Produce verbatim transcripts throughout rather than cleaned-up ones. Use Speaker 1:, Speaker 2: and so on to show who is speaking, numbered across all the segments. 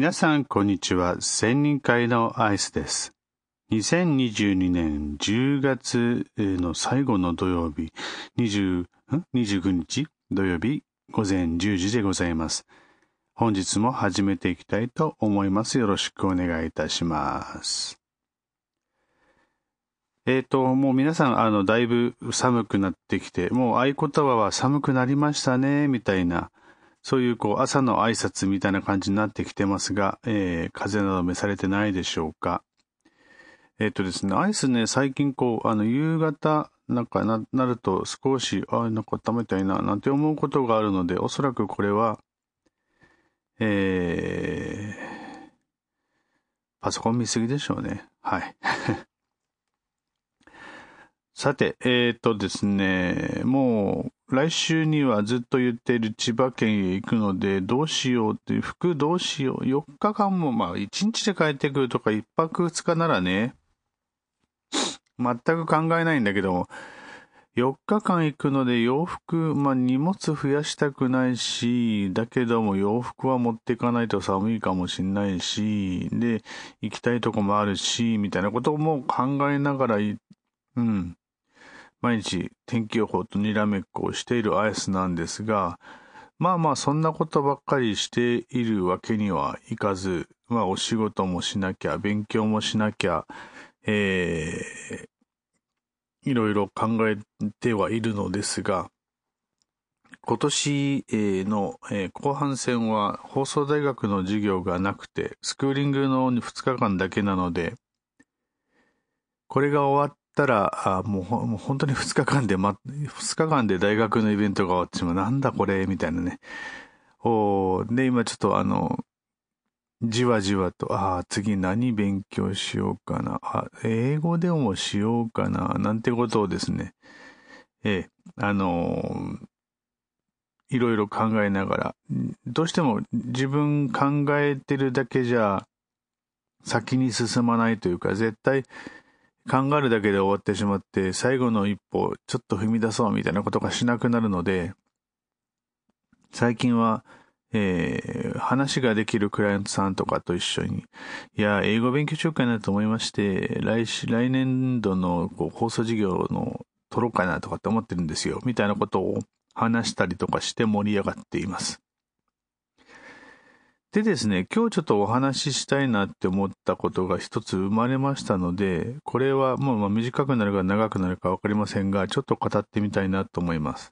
Speaker 1: 皆さんこんにちは。千人会のアイスです。にせんにじゅうにねんじゅうがつの最後の土曜日、にじゅう、にじゅうくにち土曜日午前じゅうじでございます。本日も始めていきたいと思います。よろしくお願いいたします。えっと、もう皆さん、あの、だいぶ寒くなってきて、もう合言葉は寒くなりましたね、みたいな、そういうこう朝の挨拶みたいな感じになってきてますが、えー、風邪など召されてないでしょうか。えっとですね、アイスね、最近こう、あの、夕方なんか な, なると少し、あ、なんか食べたいな、なんて思うことがあるので、おそらくこれは、えー、パソコン見すぎでしょうね。はい。さて、えっとですね、もう来週にはずっと言っている千葉県へ行くので、どうしようっていう、服どうしよう、よっかかんも、まあいちにちで帰ってくるとかいっぱくふつかならね、全く考えないんだけども、よっかかん行くので洋服、まあ荷物増やしたくないし、だけども洋服は持っていかないと寒いかもしんないし、で、行きたいとこもあるし、みたいなことも考えながら、うん。毎日天気予報とにらめっこをしているアイスなんですが、まあまあそんなことばっかりしているわけにはいかず、まあお仕事もしなきゃ、勉強もしなきゃ、えー、いろいろ考えてはいるのですが、今年の後半戦は放送大学の授業がなくて、スクーリングのふつかかんだけなので、これが終わったら、あもうもう本当にふつかかんで、ま、ふつかかんで大学のイベントが終わってしまう。なんだこれみたいなね。おで、今ちょっとあの、じわじわと、ああ、次何勉強しようかな。あ、英語でもしようかな。なんてことをですね。ええ、あのー、いろいろ考えながら、どうしても自分考えてるだけじゃ先に進まないというか、絶対考えるだけで終わってしまって、最後の一歩ちょっと踏み出そうみたいなことがしなくなるので、最近は、えー、話ができるクライアントさんとかと一緒に、いや、英語勉強しようかなと思いまして、来し来年度のこう放送事業の取ろうかなとかって思ってるんですよ、みたいなことを話したりとかして盛り上がっています。でですね、今日ちょっとお話ししたいなって思ったことが一つ生まれましたので、これはもうまあ短くなるか長くなるかわかりませんが、ちょっと語ってみたいなと思います。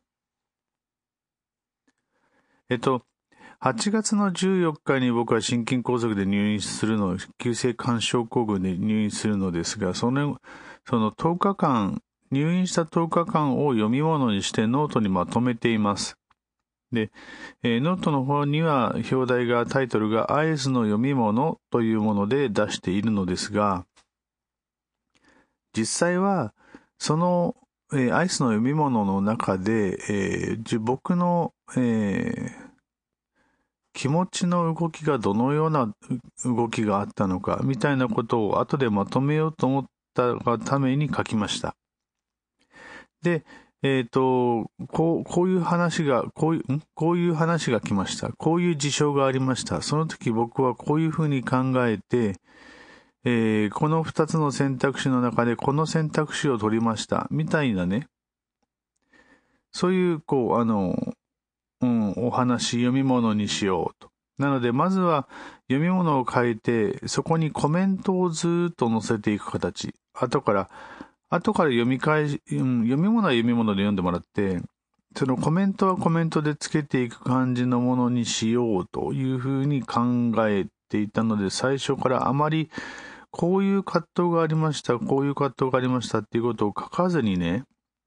Speaker 1: えっと、はちがつのじゅうよっかに僕は心筋梗塞で入院するの、急性肝症候群で入院するのですが、その、そのとおかかん、入院したとおかかんを読み物にしてノートにまとめています。で、えー、ノートの方には表題が、タイトルがアイスの読み物というもので出しているのですが、実際はその、えー、アイスの読み物の中で、えー、僕の、えー、気持ちの動きがどのような動きがあったのかみたいなことを後でまとめようと思ったがために書きました。で、えっと、こう、こういう話が、こういう、んこういう話が来ました。こういう事象がありました。その時僕はこういうふうに考えて、えー、この二つの選択肢の中でこの選択肢を取りました。みたいなね。そういう、こう、あの、うん、お話、読み物にしようと。なので、まずは読み物を書いて、そこにコメントをずっと載せていく形。後から、後から読み返し、うん、読み物は読み物で読んでもらって、そのコメントはコメントでつけていく感じのものにしようというふうに考えていたので、最初からあまりこういう葛藤がありました、こういう葛藤がありましたっていうことを書かずにね、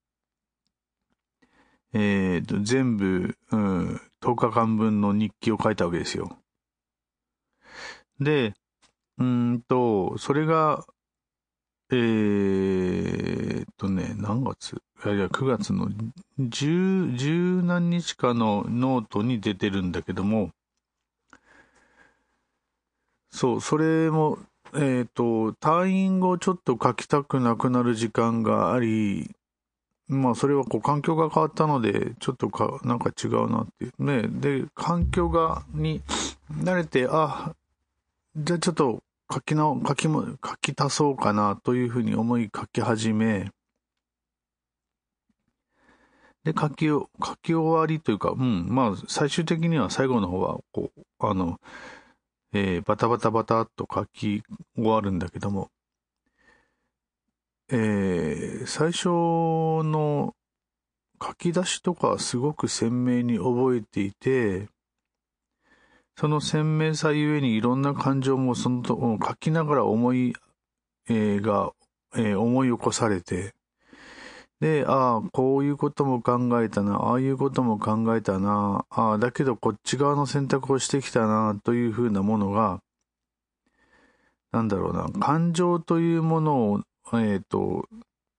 Speaker 1: えーと、全部、うん、とおかかんぶんの日記を書いたわけですよ。で、うーんと、それが、えーとね、何月いやいや、くがつのじゅう、十何日かのノートに出てるんだけども、そう、それも、えっと、退院後ちょっと書きたくなくなる時間があり、まあそれはこう環境が変わったので、ちょっとか、なんか違うなっていう。ね、で、環境が、に慣れて、あ、 じゃあちょっと書きな、書きも、書き足そうかなというふうに思い書き始め、で、書きを、書き終わりというか、うん、まあ、最終的には最後の方は、こう、あの、えーバタバタバタっと書き終わるんだけども、えー最初の書き出しとかはすごく鮮明に覚えていて、その鮮明さゆえにいろんな感情もそのと書きながら思い、えーが、えー思い起こされて、で、ああ、こういうことも考えたな、ああいうことも考えたな、ああ、だけどこっち側の選択をしてきたな、というふうなものが、なんだろうな、感情というものを、えっと、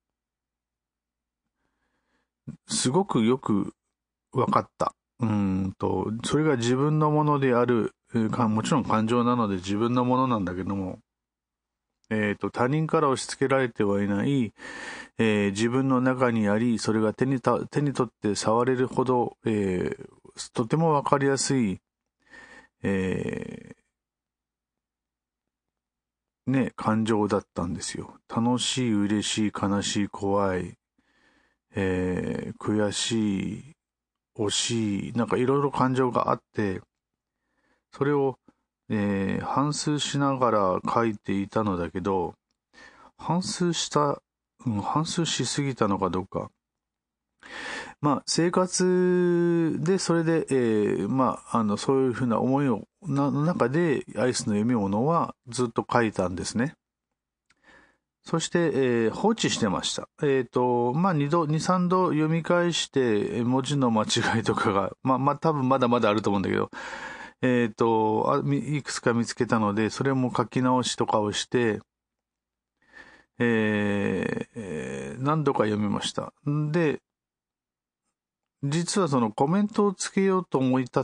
Speaker 1: すごくよく分かった。うーんと、それが自分のものである、えーかもちろん感情なので自分のものなんだけども、えっと、他人から押し付けられてはいない、えー自分の中にあり、それが手にた手に取って触れるほど、えーとても分かりやすい、えーね、感情だったんですよ。楽しい、嬉しい、悲しい、怖い、えー悔しい、惜しい、なんかいろいろ感情があって、それを、えー反芻しながら書いていたのだけど、反芻した、うん、反芻しすぎたのかどうか。まあ、生活で、それで、えーまあ、あの、そういうふうな思いを、な、の中で、アイスの読み物はずっと書いたんですね。そして、えー放置してました。えっと、まあ、二度、二、三度読み返して、文字の間違いとかが、まあ、まあ、多分まだまだあると思うんだけど、えっと、あ、みいくつか見つけたので、それも書き直しとかをして、えーえー何度か読みました。で、実はそのコメントをつけようと思い立って、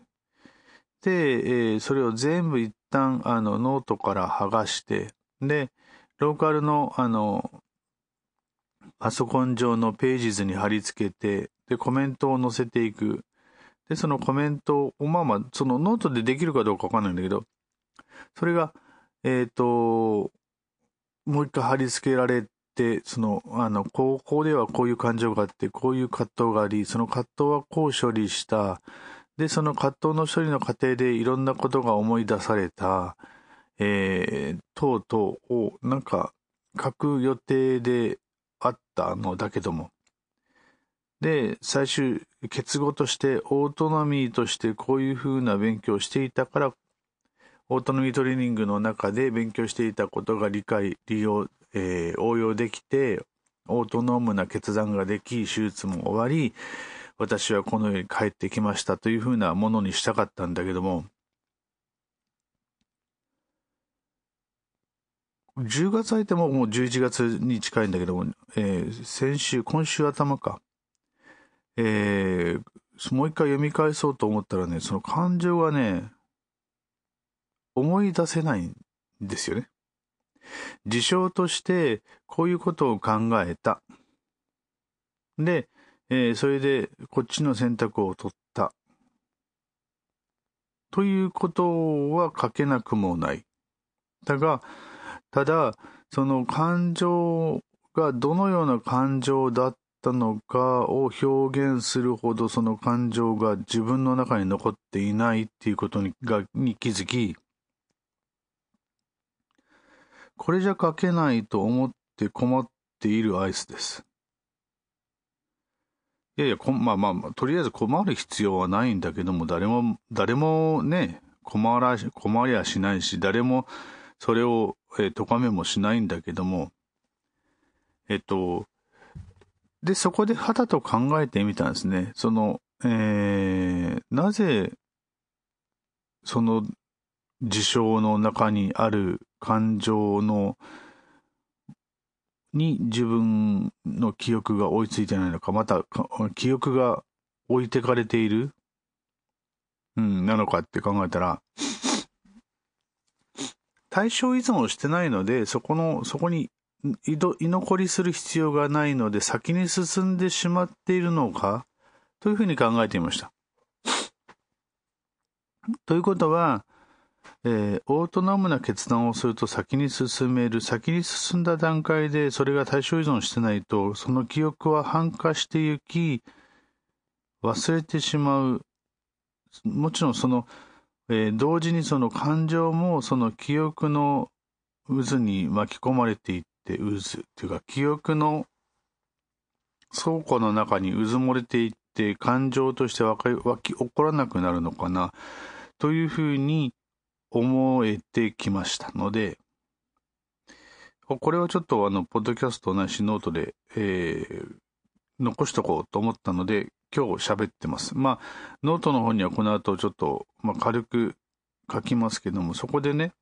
Speaker 1: で、えーそれを全部一旦あのノートから剥がして、で、ローカルのあのパソコン上のページ図に貼り付けて、で、コメントを載せていく。で、そのコメントを、まあまあ、そのノートでできるかどうかわかんないんだけど、それが、えっと、もう一回貼り付けられて、その、あの、高校ではこういう感情があって、こういう葛藤があり、その葛藤はこう処理した。で、その葛藤の処理の過程でいろんなことが思い出された、えー、等々をなんか書く予定であったのだけども。で、最終結語としてオートノミーとしてこういうふうな勉強をしていたから、オートノミートレーニングの中で勉強していたことが理解、利用、えー応用できて、オートノームな決断ができ、手術も終わり、私はこの世に帰ってきましたというふうなものにしたかったんだけども、じゅうがつ入ってももうじゅういちがつに近いんだけども、えー先週、今週頭か、えーもう一回読み返そうと思ったらね、その感情がね、思い出せないんですよね。事象としてこういうことを考えた。で、えーそれでこっちの選択を取った。ということは書けなくもない。だが、ただ、その感情がどのような感情だったのかを表現するほどその感情が自分の中に残っていないっていうことにがに気づき、これじゃ書けないと思って困っているアイスです。いやいや、こまあまあまあ、とりあえず困る必要はないんだけども、誰も、誰もね、困ら、困りゃしないし、誰もそれを、えー、咎めもしないんだけども、えっと、で、そこではたと考えてみたんですね。その、えー、なぜ、その事象の中にある感情の、に自分の記憶が追いついてないのか、また、記憶が置いてかれている、うん、なのかって考えたら、対象依存をしてないので、そこの、そこに居ど居残りする必要がないので、先に進んでしまっているのか、というふうに考えていました。ということは、 えー、オートノームな決断をすると先に進める。先に進んだ段階でそれが対象依存してないと、その記憶は泛化してゆき、忘れてしまう。もちろんその、えー、同時にその感情もその記憶の渦に巻き込まれていって、渦っていうか記憶の倉庫の中に渦漏れていって感情として湧き、湧き起こらなくなるのかなというふうに思えてきましたので、これはちょっとあのポッドキャストないしノートで、えー、残しとこうと思ったので今日喋ってます。まあノートの方にはこの後ちょっと、まあ、軽く書きますけども、そこでね、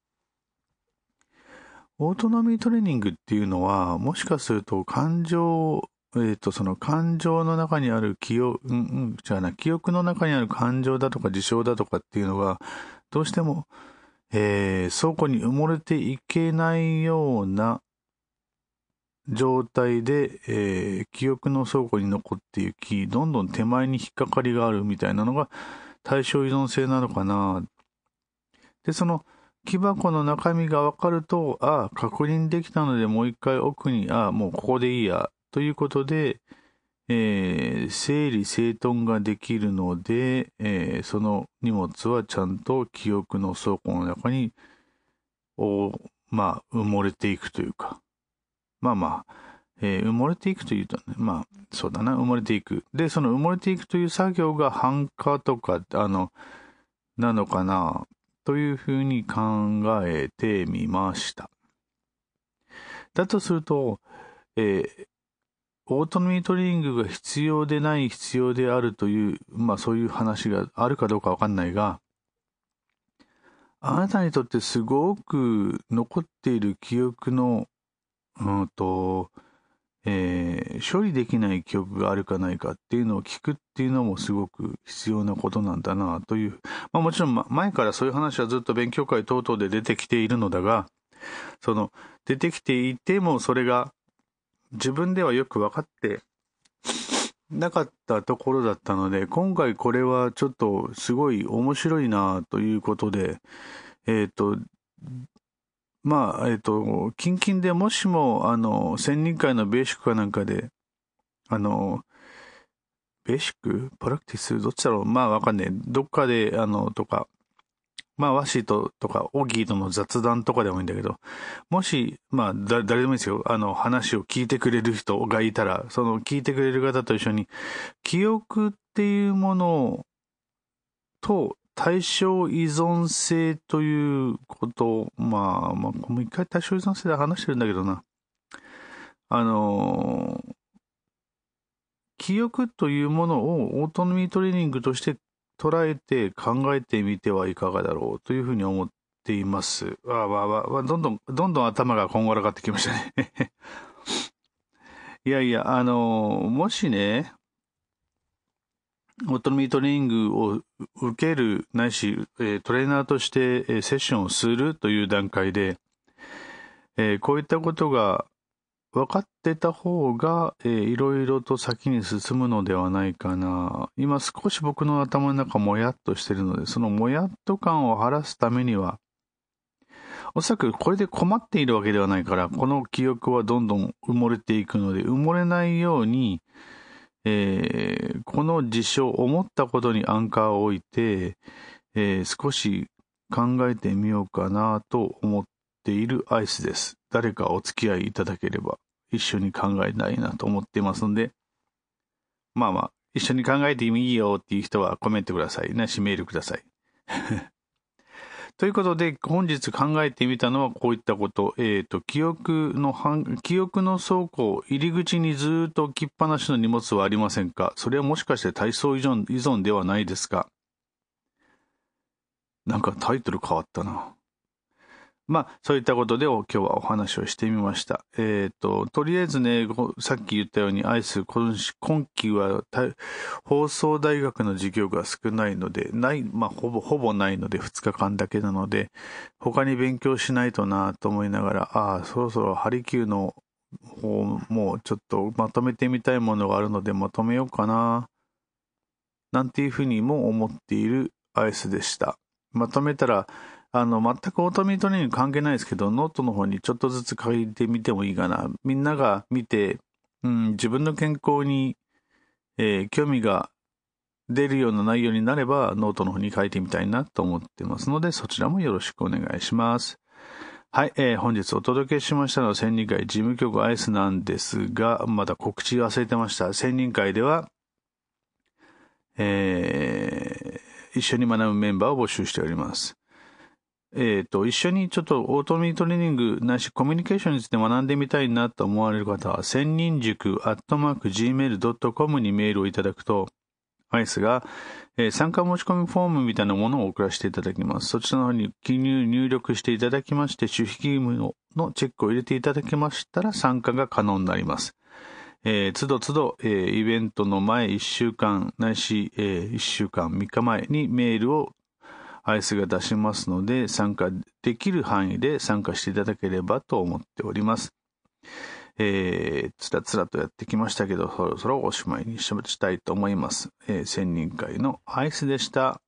Speaker 1: オートノミートレーニングっていうのはもしかすると感情えっ、ー、と、その感情の中にある記憶、うんうん、じゃあな、記憶の中にある感情だとか事象だとかっていうのが、どうしても、えー、倉庫に埋もれていけないような状態で、えー、記憶の倉庫に残っていき、どんどん手前に引っかかりがあるみたいなのが対象依存性なのかな。で、その木箱の中身がわかると、ああ、確認できたのでもう一回奥に、ああ、もうここでいいや。ということで、えー、整理整頓ができるので、えー、その荷物はちゃんと記憶の倉庫の中に、おまあ、埋もれていくというか、まあまあ、えー、埋もれていくというとね、まあ、そうだな、埋もれていく。で、その埋もれていくという作業が繁華とか、あの、なのかな、というふうに考えてみました。だとすると、えー、オートノミートレーニングが必要でない必要であるという、まあそういう話があるかどうかわかんないが、あなたにとってすごく残っている記憶の、うんと、えー、処理できない記憶があるかないかっていうのを聞くっていうのもすごく必要なことなんだなという。まあもちろん前からそういう話はずっと勉強会等々で出てきているのだが、その出てきていてもそれが自分ではよく分かってなかったところだったので、今回これはちょっとすごい面白いなということで、えっと、まあ、えっと、近々でもしも、あの、専任会のベーシックかなんかで、あの、ベーシックプラクティスどっちだろうまあわかんねえ。どっかで、あの、とか、まあ、ワシととか、オギーとの雑談とかでもいいんだけど、もし、まあ、だ、誰でもいいですよ。あの、話を聞いてくれる人がいたら、その聞いてくれる方と一緒に、記憶っていうものと対象依存性ということまあ、まあ、もう一回対象依存性で話してるんだけどな。あのー、記憶というものをオートノミートレーニングとして捉えて考えてみてはいかがだろうというふうに思っています。わあわあわあわあ、どんどん、どんどん頭がこんがらがってきましたね。いやいや、あのー、もしね、オートノミートレーニングを受けるないし、えー、トレーナーとして、えー、セッションをするという段階で、えー、こういったことが分かってた方が、えー、いろいろと先に進むのではないかな。今少し僕の頭の中もやっとしてるので、そのもやっと感を晴らすためには、おそらくこれで困っているわけではないから、この記憶はどんどん埋もれていくので、埋もれないように、えー、この事象、思ったことにアンカーを置いて、えー、少し考えてみようかなと思っているアイスです。誰かお付き合いいただければ一緒に考えたいなと思っていますので、まあまあ、一緒に考えてもいいよっていう人はコメントください。なしメールください。ということで、本日考えてみたのはこういったこと。えっと、記憶の、記憶の倉庫、入り口にずっと置きっぱなしの荷物はありませんか？それはもしかして体操依存、依存ではないですか？なんかタイトル変わったな。まあ、そういったことで今日はお話をしてみました。えっと、とりあえずね、さっき言ったようにアイス、今今期は放送大学の授業が少ないので、ない、まあ、ほぼ、ほぼないのでふつかかんだけなので、他に勉強しないとなと思いながら、ああ、そろそろハリキューの方もちょっとまとめてみたいものがあるのでまとめようかな、なんていうふうにも思っているアイスでした。まとめたら、 あの、全くオートミートレーニング関係ないですけど、ノートの方にちょっとずつ書いてみてもいいかな。みんなが見て、うん、自分の健康に、えー、興味が出るような内容になれば、ノートの方に書いてみたいなと思ってますので、そちらもよろしくお願いします。はい、えー、本日お届けしましたのは専任会事務局アイスなんですが、まだ告知忘れてました。専任会では、えー、一緒に学ぶメンバーを募集しております。えっと、一緒にちょっとオートミートレーニングないしコミュニケーションについて学んでみたいなと思われる方は、専任塾アットマーク ジーメールドットコム にメールをいただくと、アイスが、えー、参加申し込みフォームみたいなものを送らせていただきます。そちらの方に記入、入力していただきまして、守秘義務のチェックを入れていただけましたら参加が可能になります。えー、つどつど、えー、イベントの前いっしゅうかんないし、えー、いっしゅうかん、みっかまえにメールをアイスが出しますので、参加できる範囲で参加していただければと思っております。えー、つらつらとやってきましたけど、そろそろおしまいにしたいと思います。えー、専任会のアイスでした。